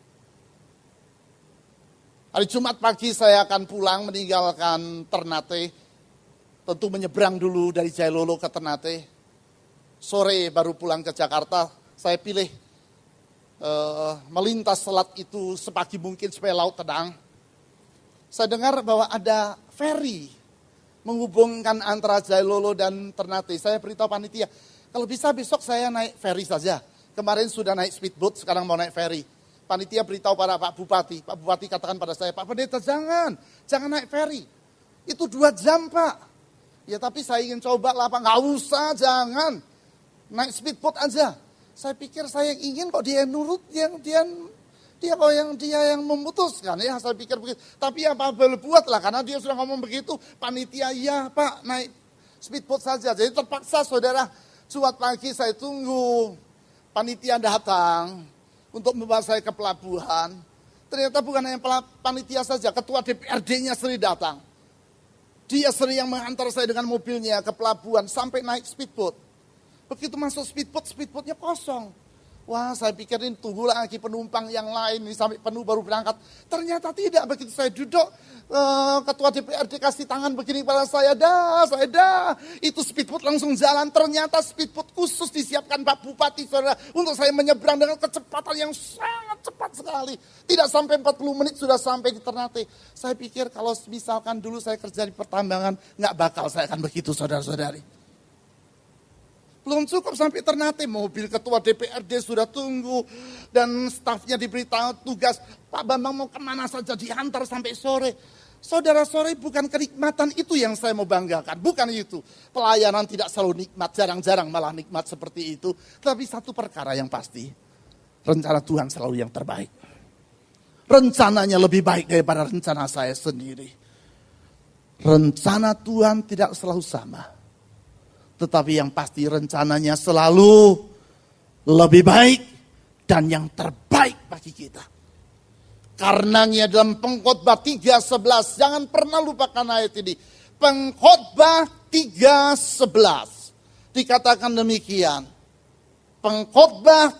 Hari Jumat pagi saya akan pulang meninggalkan Ternate. Tentu menyeberang dulu dari Jailolo ke Ternate. Sore baru pulang ke Jakarta. Saya pilih melintas selat itu sepagi mungkin supaya laut tenang. Saya dengar bahwa ada ferry menghubungkan antara Jailolo dan Ternate. Saya beritahu panitia, kalau bisa besok saya naik ferry saja. Kemarin sudah naik speedboat, sekarang mau naik ferry. Panitia beritahu pada Pak Bupati. Pak Bupati katakan pada saya, Pak Pendeta jangan naik ferry. Itu 2 jam Pak. Ya tapi saya ingin coba lah Pak, nggak usah, jangan. Naik speedboat aja. Saya pikir saya ingin kok dia nurut, dia yang memutuskan ya, saya pikir begitu. Tapi apa boleh buat lah, karena dia sudah ngomong begitu, panitia ya Pak naik speedboat saja. Jadi terpaksa saudara, Jumat pagi saya tunggu panitia datang untuk membawa saya ke pelabuhan. Ternyata bukan hanya panitia saja, ketua DPRD-nya sendiri datang. Dia sendiri yang menghantar saya dengan mobilnya ke pelabuhan sampai naik speedboat. Begitu masuk speedboatnya kosong. Wah, saya pikirin tunggu lagi penumpang yang lain ini sampai penuh baru berangkat. Ternyata tidak, begitu saya duduk, ketua DPRD kasih tangan begini pada saya, dah. Itu speedboat langsung jalan. Ternyata speedboat khusus disiapkan Pak Bupati, saudara, untuk saya menyeberang dengan kecepatan yang sangat cepat sekali. Tidak sampai 40 menit sudah sampai di Ternate. Saya pikir kalau misalkan dulu saya kerja di pertambangan, nggak bakal saya akan begitu, saudara-saudari. Belum cukup sampai Ternate, mobil ketua DPRD sudah tunggu. Dan stafnya diberitahu tugas, Pak Bambang mau kemana saja diantar sampai sore. Saudara-saudari, bukan kenikmatan itu yang saya mau banggakan, bukan itu. Pelayanan tidak selalu nikmat, jarang-jarang malah nikmat seperti itu. Tapi satu perkara yang pasti, rencana Tuhan selalu yang terbaik. Rencananya lebih baik daripada rencana saya sendiri. Rencana Tuhan tidak selalu sama. Tetapi yang pasti rencananya selalu lebih baik dan yang terbaik bagi kita. Karenanya dalam Pengkhotbah 3:11, jangan pernah lupakan ayat ini. Pengkhotbah 3:11 dikatakan demikian. Pengkhotbah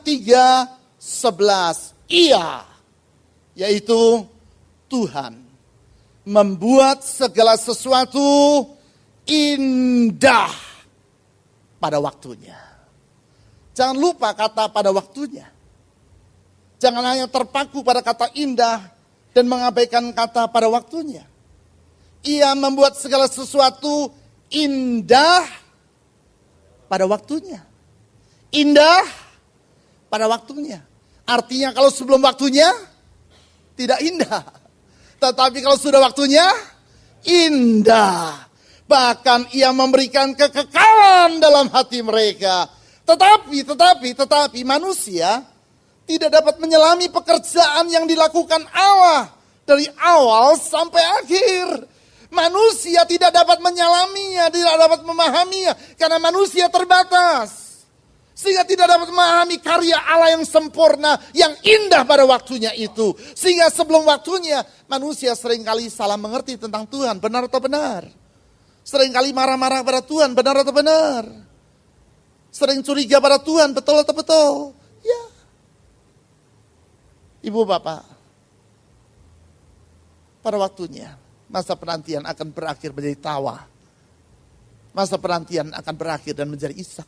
3:11, Ia, yaitu Tuhan, membuat segala sesuatu indah pada waktunya. Jangan lupa kata pada waktunya. Jangan hanya terpaku pada kata indah dan mengabaikan kata pada waktunya. Ia membuat segala sesuatu indah pada waktunya. Indah pada waktunya. Artinya kalau sebelum waktunya tidak indah. Tetapi kalau sudah waktunya indah. Bahkan ia memberikan kekekalan dalam hati mereka. Tetapi manusia tidak dapat menyelami pekerjaan yang dilakukan Allah dari awal sampai akhir. Manusia tidak dapat menyelaminya, tidak dapat memahaminya karena manusia terbatas. Sehingga tidak dapat memahami karya Allah yang sempurna, yang indah pada waktunya itu. Sehingga sebelum waktunya manusia seringkali salah mengerti tentang Tuhan, benar atau benar? Seringkali marah-marah pada Tuhan, benar atau benar? Sering curiga pada Tuhan, betul atau betul? Ya. Ibu bapak, pada waktunya masa penantian akan berakhir menjadi tawa. Masa penantian akan berakhir dan menjadi Ishak.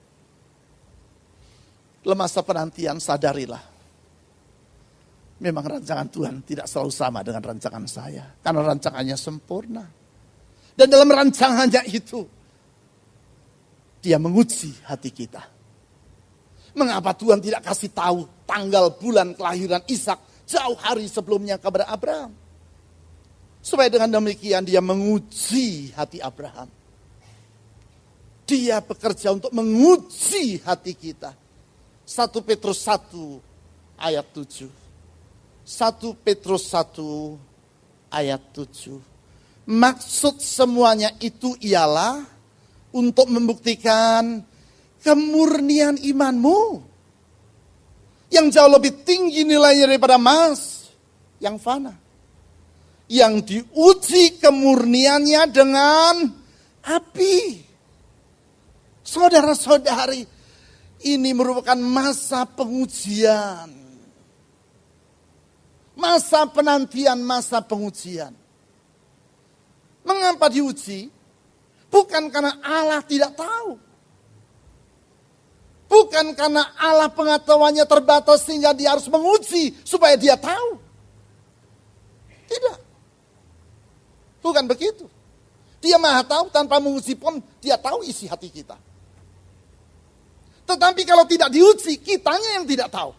Dalam masa penantian sadarilah. Memang rancangan Tuhan tidak selalu sama dengan rancangan saya. Karena rancangannya sempurna. Dan dalam rancangannya itu, dia menguji hati kita. Mengapa Tuhan tidak kasih tahu tanggal bulan kelahiran Ishak jauh hari sebelumnya kepada Abraham? Supaya dengan demikian dia menguji hati Abraham. Dia bekerja untuk menguji hati kita. 1 Petrus 1 ayat 7. 1 Petrus 1 ayat 7. Maksud semuanya itu ialah untuk membuktikan kemurnian imanmu. Yang jauh lebih tinggi nilainya daripada emas yang fana. Yang diuji kemurniannya dengan api. Saudara-saudari, ini merupakan masa pengujian. Masa penantian, masa pengujian. Mengapa diuji? Bukan karena Allah tidak tahu. Bukan karena Allah pengetahuannya terbatas sehingga dia harus menguji supaya dia tahu. Tidak. Bukan begitu. Dia maha tahu tanpa menguji pun dia tahu isi hati kita. Tetapi kalau tidak diuji, kitanya yang tidak tahu.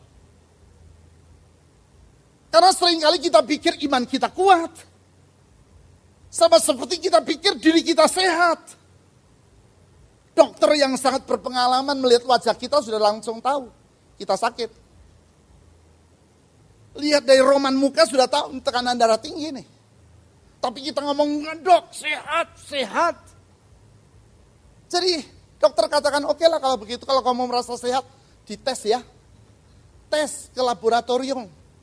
Karena seringkali kita pikir iman kita kuat. Sama seperti kita pikir diri kita sehat. Dokter yang sangat berpengalaman melihat wajah kita sudah langsung tahu kita sakit. Lihat dari roman muka sudah tahu tekanan darah tinggi nih. Tapi kita ngomong, dok sehat. Jadi dokter katakan, oke lah kalau begitu, kalau kamu merasa sehat, Dites ya. Tes ke laboratorium.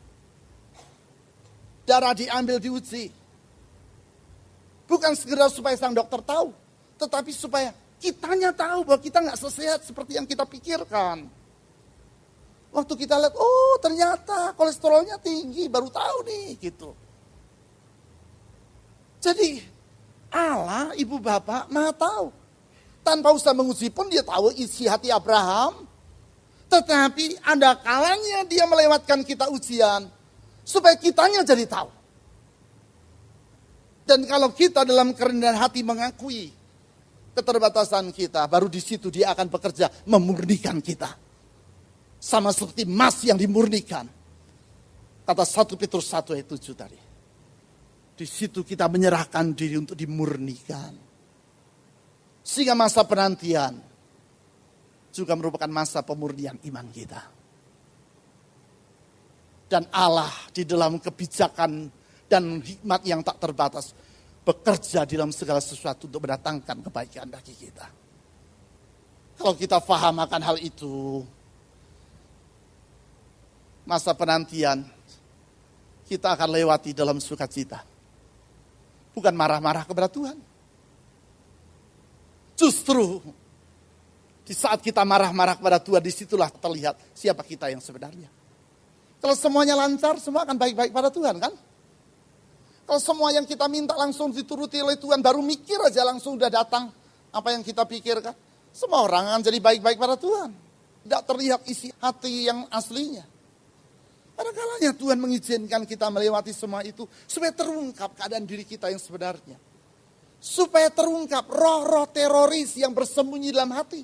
Darah diambil diuji. Bukan sekedar supaya sang dokter tahu. Tetapi supaya kitanya tahu bahwa kita nggak sesehat seperti yang kita pikirkan. Waktu kita lihat, oh ternyata kolesterolnya tinggi, baru tahu nih gitu. Jadi Allah, ibu bapak, maha tahu. Tanpa usah menguji pun dia tahu isi hati Abraham. Tetapi ada kalanya dia melewatkan kita ujian. Supaya kitanya jadi tahu. Dan kalau kita dalam kerendahan hati mengakui keterbatasan kita, baru di situ dia akan bekerja memurnikan kita. Sama seperti emas yang dimurnikan. Kata 1 Petrus 1 ayat 7 tadi. Di situ kita menyerahkan diri untuk dimurnikan. Sehingga masa penantian juga merupakan masa pemurnian iman kita. Dan Allah di dalam kebijakan dan hikmat yang tak terbatas bekerja dalam segala sesuatu untuk mendatangkan kebaikan bagi kita. Kalau kita faham akan hal itu, masa penantian kita akan lewati dalam sukacita. Bukan marah-marah kepada Tuhan. Justru di saat kita marah-marah kepada Tuhan, disitulah terlihat siapa kita yang sebenarnya. Kalau semuanya lancar, semua akan baik-baik pada Tuhan kan? Kalau semua yang kita minta langsung dituruti oleh Tuhan, baru mikir aja langsung udah datang apa yang kita pikirkan. Semua orang akan jadi baik-baik pada Tuhan. Tidak terlihat isi hati yang aslinya. Pada kalanya Tuhan mengizinkan kita melewati semua itu supaya terungkap keadaan diri kita yang sebenarnya. Supaya terungkap roh-roh teroris yang bersembunyi dalam hati.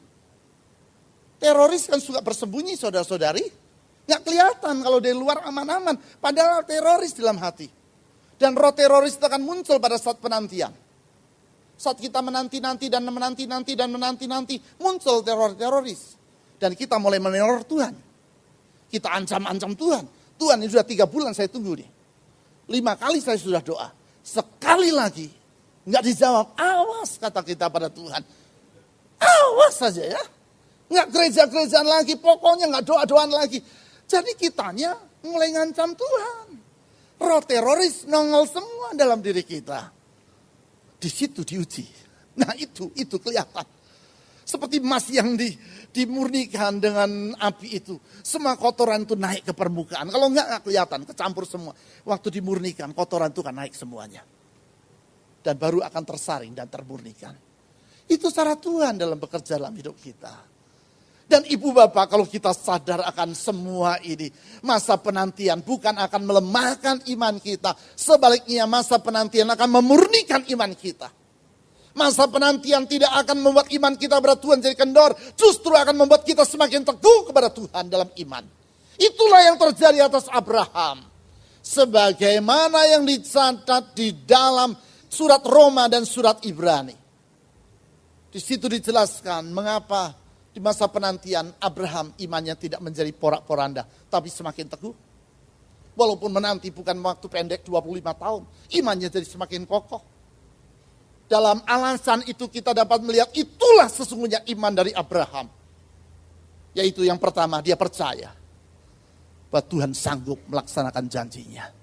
Teroris kan suka bersembunyi saudara-saudari. Nggak kelihatan kalau dari luar aman-aman. Padahal teroris dalam hati. Dan roh teroris itu akan muncul pada saat penantian. Saat kita menanti-nanti dan menanti-nanti, muncul teroris. Dan kita mulai meneror Tuhan. Kita ancam-ancam Tuhan. Tuhan ini sudah 3 bulan saya tunggu nih. 5 kali saya sudah doa. Sekali lagi nggak dijawab. Awas kata kita pada Tuhan. Awas saja ya. Nggak gereja-gerejaan lagi. Pokoknya nggak doa-doaan lagi. Jadi kitanya mulai ngancam Tuhan. Roh teroris nongol semua dalam diri kita. Di situ diuji. Nah itu kelihatan. Seperti emas yang dimurnikan dengan api itu. Semua kotoran itu naik ke permukaan. Kalau enggak kelihatan, kecampur semua. Waktu dimurnikan, kotoran itu kan naik semuanya. Dan baru akan tersaring dan termurnikan. Itu cara Tuhan dalam bekerja dalam hidup kita. Dan ibu bapak, kalau kita sadar akan semua ini, masa penantian bukan akan melemahkan iman kita. Sebaliknya masa penantian akan memurnikan iman kita. Masa penantian tidak akan membuat iman kita kepada Tuhan jadi kendor. Justru akan membuat kita semakin teguh kepada Tuhan dalam iman. Itulah yang terjadi atas Abraham. Sebagaimana yang dicatat di dalam surat Roma dan surat Ibrani. Di situ dijelaskan mengapa di masa penantian Abraham imannya tidak menjadi porak-poranda. Tapi semakin teguh. Walaupun menanti bukan waktu pendek 25 tahun. Imannya jadi semakin kokoh. Dalam alasan itu kita dapat melihat itulah sesungguhnya iman dari Abraham. Yaitu yang pertama, dia percaya bahwa Tuhan sanggup melaksanakan janjinya.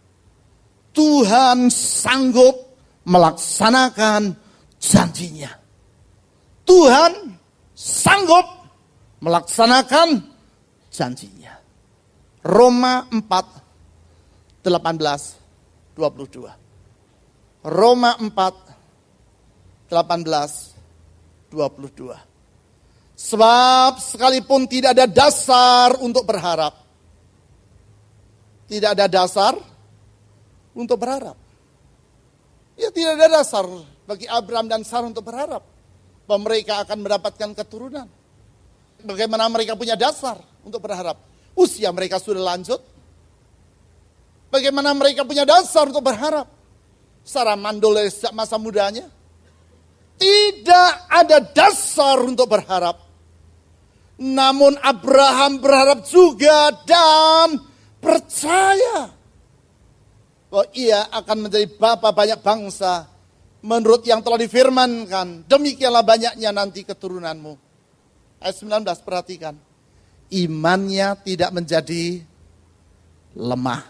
Tuhan sanggup melaksanakan janjinya. Tuhan sanggup melaksanakan janjinya. Roma 4, 18, 22. Roma 4, 18, 22. Sebab sekalipun tidak ada dasar untuk berharap. Tidak ada dasar untuk berharap. Ya tidak ada dasar bagi Abraham dan Sarah untuk berharap. Bahwa mereka akan mendapatkan keturunan. Bagaimana mereka punya dasar untuk berharap. Usia mereka sudah lanjut. Bagaimana mereka punya dasar untuk berharap. Sarah mandul dari sejak masa mudanya. Tidak ada dasar untuk berharap. Namun Abraham berharap juga dan percaya bahwa ia akan menjadi bapa banyak bangsa menurut yang telah difirmankan. Demikianlah banyaknya nanti keturunanmu. Ayat 19 perhatikan. imannya tidak menjadi lemah.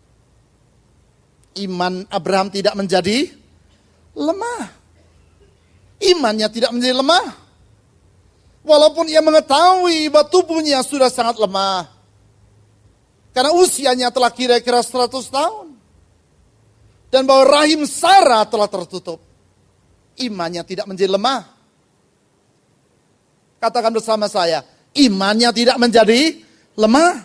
Iman Abraham tidak menjadi lemah. Imannya tidak menjadi lemah. Walaupun ia mengetahui bahwa tubuhnya sudah sangat lemah. Karena usianya telah kira-kira 100 tahun. Dan bahwa rahim Sarah telah tertutup. Imannya tidak menjadi lemah. Katakan bersama saya, imannya tidak menjadi lemah.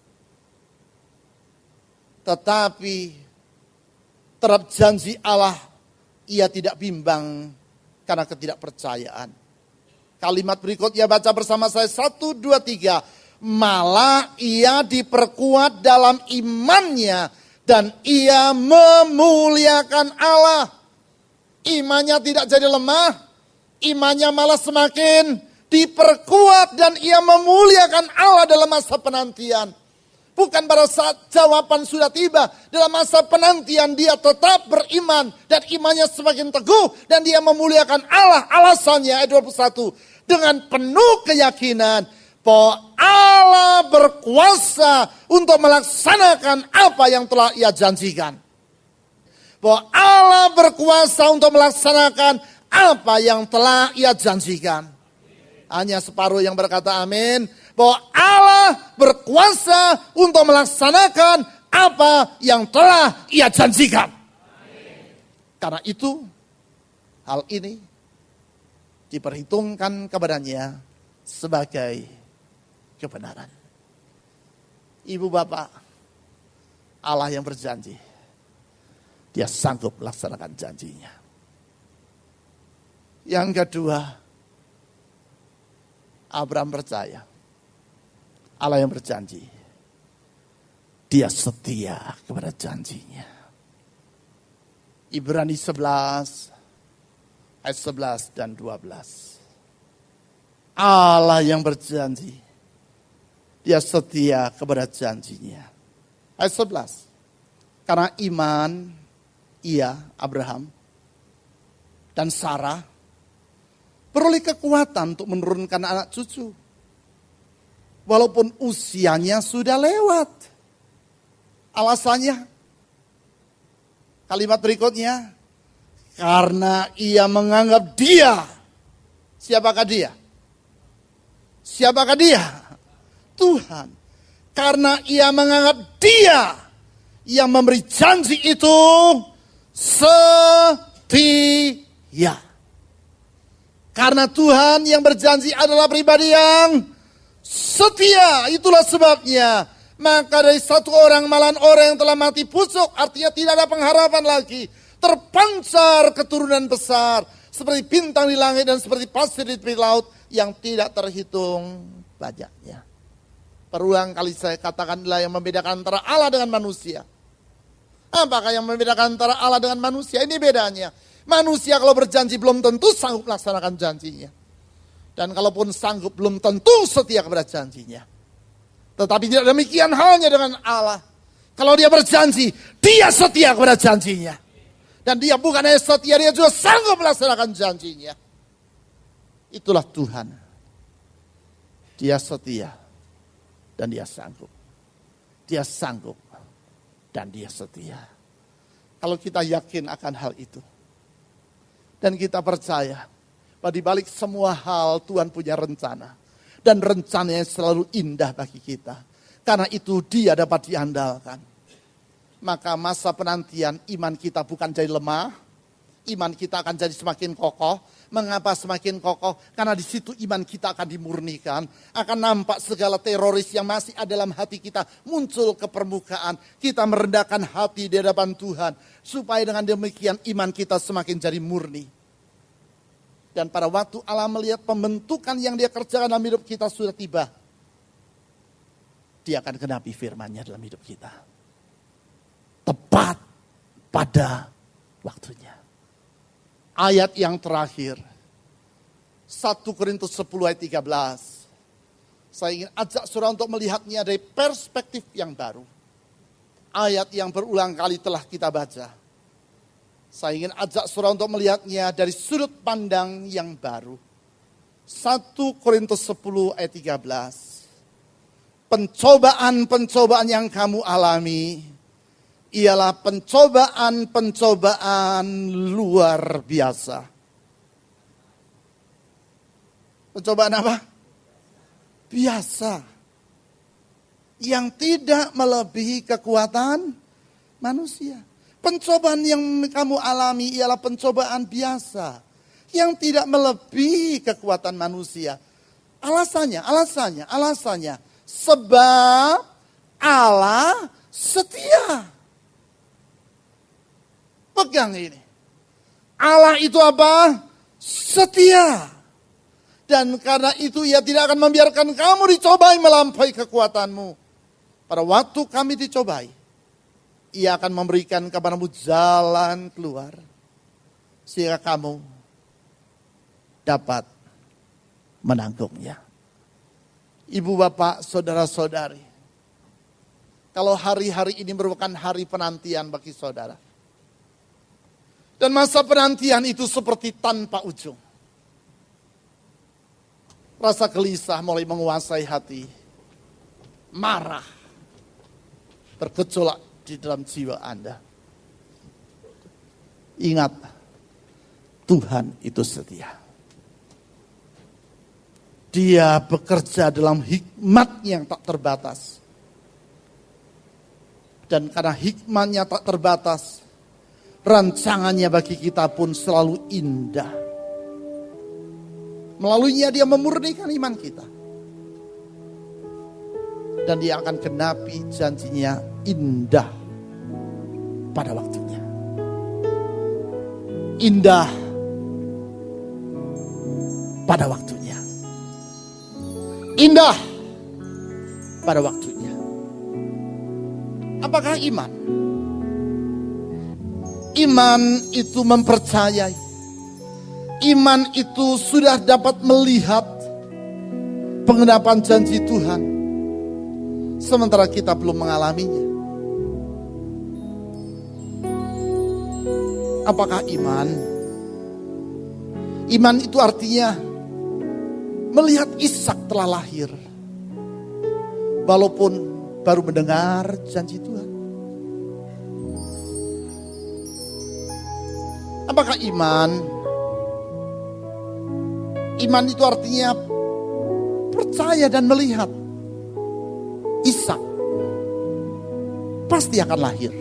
Tetapi terhadap janji Allah, ia tidak bimbang karena ketidakpercayaan. Kalimat berikutnya baca bersama saya, 1, 2, 3. Malah ia diperkuat dalam imannya dan ia memuliakan Allah. Imannya tidak jadi lemah, imannya malah semakin diperkuat dan ia memuliakan Allah dalam masa penantian. Bukan pada saat jawaban sudah tiba, dalam masa penantian dia tetap beriman dan imannya semakin teguh dan dia memuliakan Allah. Alasannya ayat 21, dengan penuh keyakinan bahwa Allah berkuasa untuk melaksanakan apa yang telah ia janjikan. Bahwa Allah berkuasa untuk melaksanakan apa yang telah ia janjikan. Hanya separuh yang berkata amin. Bahwa Allah berkuasa untuk melaksanakan apa yang telah ia janjikan. Karena itu, hal ini diperhitungkan kepadanya sebagai kebenaran. Ibu bapak, Allah yang berjanji, dia sanggup melaksanakan janjinya. Yang kedua, Abraham percaya Allah yang berjanji, dia setia kepada janjinya. Ibrani 11 ayat 11 dan 12. Allah yang berjanji, dia setia kepada janjinya. Ayat 11. Karena iman ia, Abraham, dan Sarah beroleh kekuatan untuk menurunkan anak cucu. Walaupun usianya sudah lewat. Alasannya, kalimat berikutnya, karena ia menganggap dia. Siapakah dia? Siapakah dia? Tuhan. Karena ia menganggap dia yang memberi janji itu setia. Karena Tuhan yang berjanji adalah pribadi yang setia. Itulah sebabnya. Maka dari satu orang malahan orang yang telah mati busuk. Artinya tidak ada pengharapan lagi. Terpancar keturunan besar. Seperti bintang di langit dan seperti pasir di tepi laut. Yang tidak terhitung banyaknya. Berulang kali saya katakan adalah yang membedakan antara Allah dengan manusia. Apakah yang membedakan antara Allah dengan manusia? Ini bedanya. Manusia kalau berjanji belum tentu sanggup melaksanakan janjinya. Dan kalaupun sanggup belum tentu setia kepada janjinya. Tetapi tidak demikian halnya dengan Allah. Kalau dia berjanji, dia setia kepada janjinya. Dan dia bukan hanya setia, dia juga sanggup melaksanakan janjinya. Itulah Tuhan. Dia setia dan dia sanggup. Dia sanggup dan dia setia. Kalau kita yakin akan hal itu. Dan kita percaya bahwa di balik semua hal Tuhan punya rencana. Dan rencananya selalu indah bagi kita. Karena itu dia dapat diandalkan. Maka masa penantian iman kita bukan jadi lemah. Iman kita akan jadi semakin kokoh. Mengapa semakin kokoh? Karena di situ iman kita akan dimurnikan. Akan nampak segala teroris yang masih ada dalam hati kita muncul ke permukaan. Kita merendahkan hati di hadapan Tuhan. Supaya dengan demikian iman kita semakin jadi murni. Dan pada waktu Allah melihat pembentukan yang dia kerjakan dalam hidup kita sudah tiba. Dia akan genapi firman-Nya dalam hidup kita. Tepat pada waktunya. Ayat yang terakhir. 1 Korintus 10 ayat 13. Saya ingin ajak saudara untuk melihatnya dari perspektif yang baru. Ayat yang berulang kali telah kita baca. Saya ingin ajak saudara untuk melihatnya dari sudut pandang yang baru. 1 Korintus 10 ayat 13. pencobaan-pencobaan yang kamu alami ialah pencobaan-pencobaan luar biasa. Pencobaan apa? Biasa. Yang tidak melebihi kekuatan manusia. Pencobaan yang kamu alami ialah pencobaan biasa. Yang tidak melebihi kekuatan manusia. Alasannya. Sebab Allah setia. Pegang ini. Allah itu apa? Setia. Dan karena itu ia tidak akan membiarkan kamu dicobai melampaui kekuatanmu. Pada waktu kami dicobai, ia akan memberikan kepadamu jalan keluar. Sehingga kamu dapat menanggungnya. Ibu, bapak, saudara-saudari. Kalau hari-hari ini merupakan hari penantian bagi saudara. Dan masa penantian itu seperti tanpa ujung. Rasa gelisah mulai menguasai hati. Marah. Bergejolak di dalam jiwa Anda. Ingat, Tuhan itu setia. Dia bekerja dalam hikmat yang tak terbatas. Dan karena hikmatnya tak terbatas, rancangannya bagi kita pun selalu indah. Melaluinya dia memurnikan iman kita. Dan dia akan genapi janjinya indah pada waktunya. Indah pada waktunya. Indah pada waktunya. Apakah iman? Iman itu mempercayai. Iman itu sudah dapat melihat penggenapan janji Tuhan. Sementara kita belum mengalaminya. Apakah iman? Iman itu artinya melihat Ishak telah lahir. Walaupun baru mendengar janji Tuhan. Apakah iman? Iman itu artinya percaya dan melihat Ishak pasti akan lahir.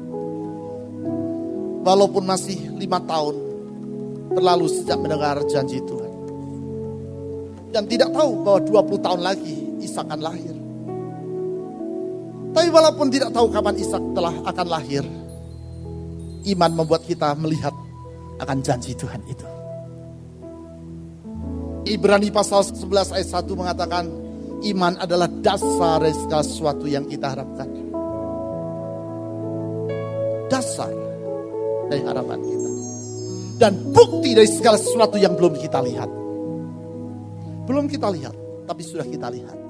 Walaupun masih 5 tahun berlalu sejak mendengar janji Tuhan. Dan tidak tahu bahwa 20 tahun lagi Ishak akan lahir. Tapi walaupun tidak tahu kapan Ishak akan lahir, iman membuat kita melihat akan janji Tuhan itu. Ibrani pasal 11 ayat 1 mengatakan, iman adalah dasar dari segala sesuatu yang kita harapkan. Dasar dari harapan kita. Dan bukti dari segala sesuatu yang belum kita lihat. Belum kita lihat, tapi sudah kita lihat.